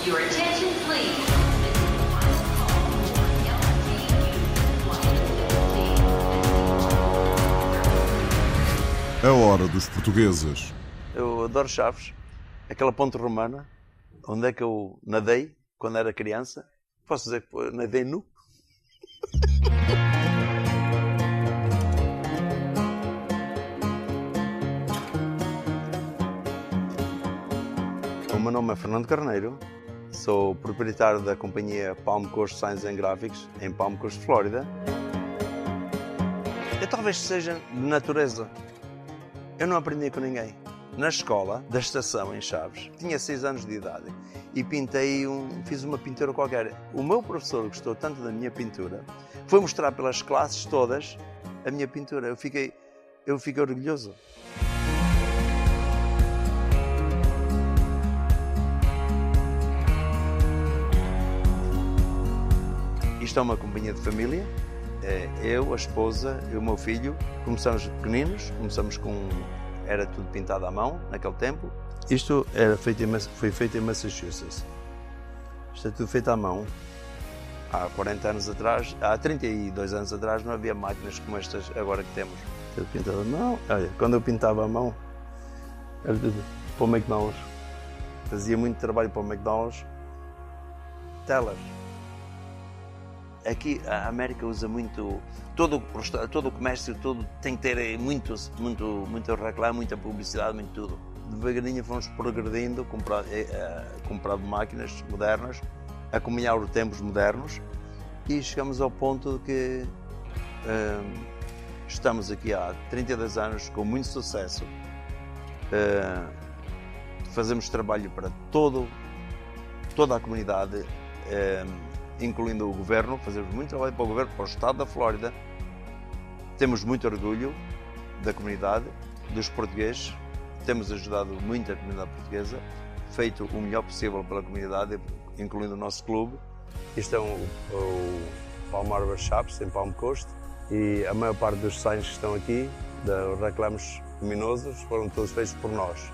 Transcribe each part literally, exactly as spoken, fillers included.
Your attention, please. A hora dos portugueses. Eu adoro Chaves, aquela ponte romana, onde é que eu nadei quando era criança. Posso dizer que nadei nu? O meu nome é Fernando Carneiro, sou proprietário da companhia Palm Coast Signs and Graphics, em Palm Coast, Flórida. Eu talvez seja de natureza. Eu não aprendi com ninguém. Na escola da estação em Chaves, tinha seis anos de idade e pintei um, fiz uma pintura qualquer. O meu professor gostou tanto da minha pintura, foi mostrar pelas classes todas a minha pintura. Eu fiquei, eu fiquei orgulhoso. Isto é uma companhia de família. Eu, a esposa e o meu filho começamos pequeninos, começamos com... era tudo pintado à mão naquele tempo. Isto era feito em, foi feito em Massachusetts. Isto é tudo feito à mão. Há quarenta anos atrás, há trinta e dois anos atrás, não havia máquinas como estas agora que temos. Tudo pintado à mão. Olha, quando eu pintava à mão, era tudo para o McDonald's. Fazia muito trabalho para o McDonald's. Telas. Aqui a América usa muito, todo, todo o comércio todo tem que ter muito, muito, muito reclame, muita publicidade, muito tudo. Devagarinho fomos progredindo, comprando, comprando máquinas modernas, a acompanhar os tempos modernos e chegamos ao ponto de que uh, estamos aqui há trinta e dois anos com muito sucesso. Uh, fazemos trabalho para todo, toda a comunidade. Uh, incluindo o governo, fazemos muito trabalho para o governo, para o estado da Flórida. Temos muito orgulho da comunidade, dos portugueses, temos ajudado muito a comunidade portuguesa, feito o melhor possível pela comunidade, incluindo o nosso clube. Este é um, o Palm Harbor Shops, em Palm Coast, e a maior parte dos signs que estão aqui, dos reclamos luminosos, foram todos feitos por nós.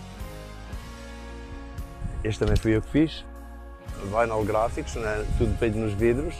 Este também fui eu que fiz. Vinyl Graphics, né? Tudo feito nos vidros.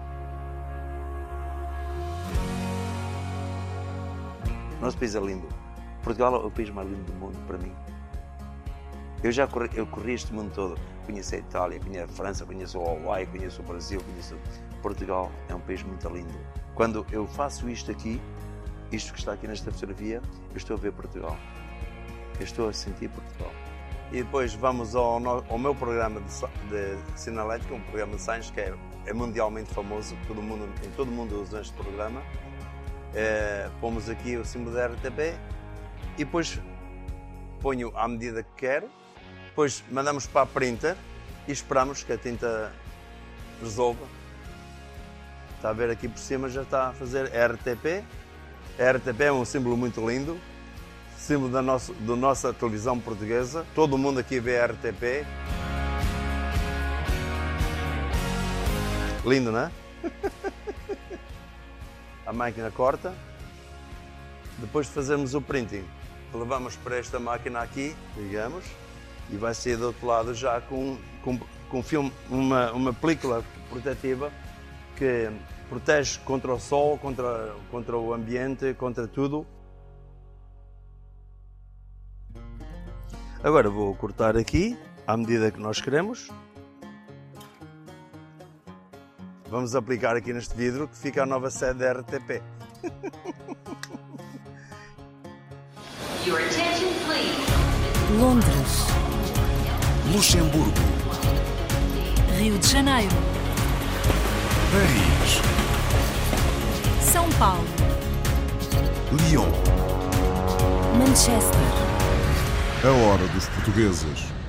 Nosso país é lindo. Portugal é o país mais lindo do mundo para mim. Eu já corri, eu corri este mundo todo. Conheço a Itália, conheço a França, conheço o Hawaii, conheço o Brasil, conheço... Portugal é um país muito lindo. Quando eu faço isto aqui, isto que está aqui nesta fotografia, eu estou a ver Portugal. Eu estou a sentir Portugal. E depois vamos ao, ao meu programa de, de sinalética, um programa de science que é, é mundialmente famoso, todo mundo, em todo o mundo usa este programa. É, pomos aqui o símbolo da R T P e depois ponho à medida que quero, depois mandamos para a printer e esperamos que a tinta resolva. Está a ver aqui por cima, já está a fazer R T P. A R T P é um símbolo muito lindo. Símbolo da nossa, da nossa televisão portuguesa. Todo mundo aqui vê a R T P. Lindo, não é? A máquina corta. Depois de fazermos o printing, levamos para esta máquina aqui, digamos, e vai sair do outro lado já com, com, com filme, uma, uma película protetiva que protege contra o sol, contra, contra o ambiente, contra tudo. Agora vou cortar aqui, à medida que nós queremos. Vamos aplicar aqui neste vidro, que fica a nova sede da R T P. Your attention, please. Londres, Luxemburgo. Rio de Janeiro, Paris. São Paulo, Lyon. Manchester. A hora dos portugueses.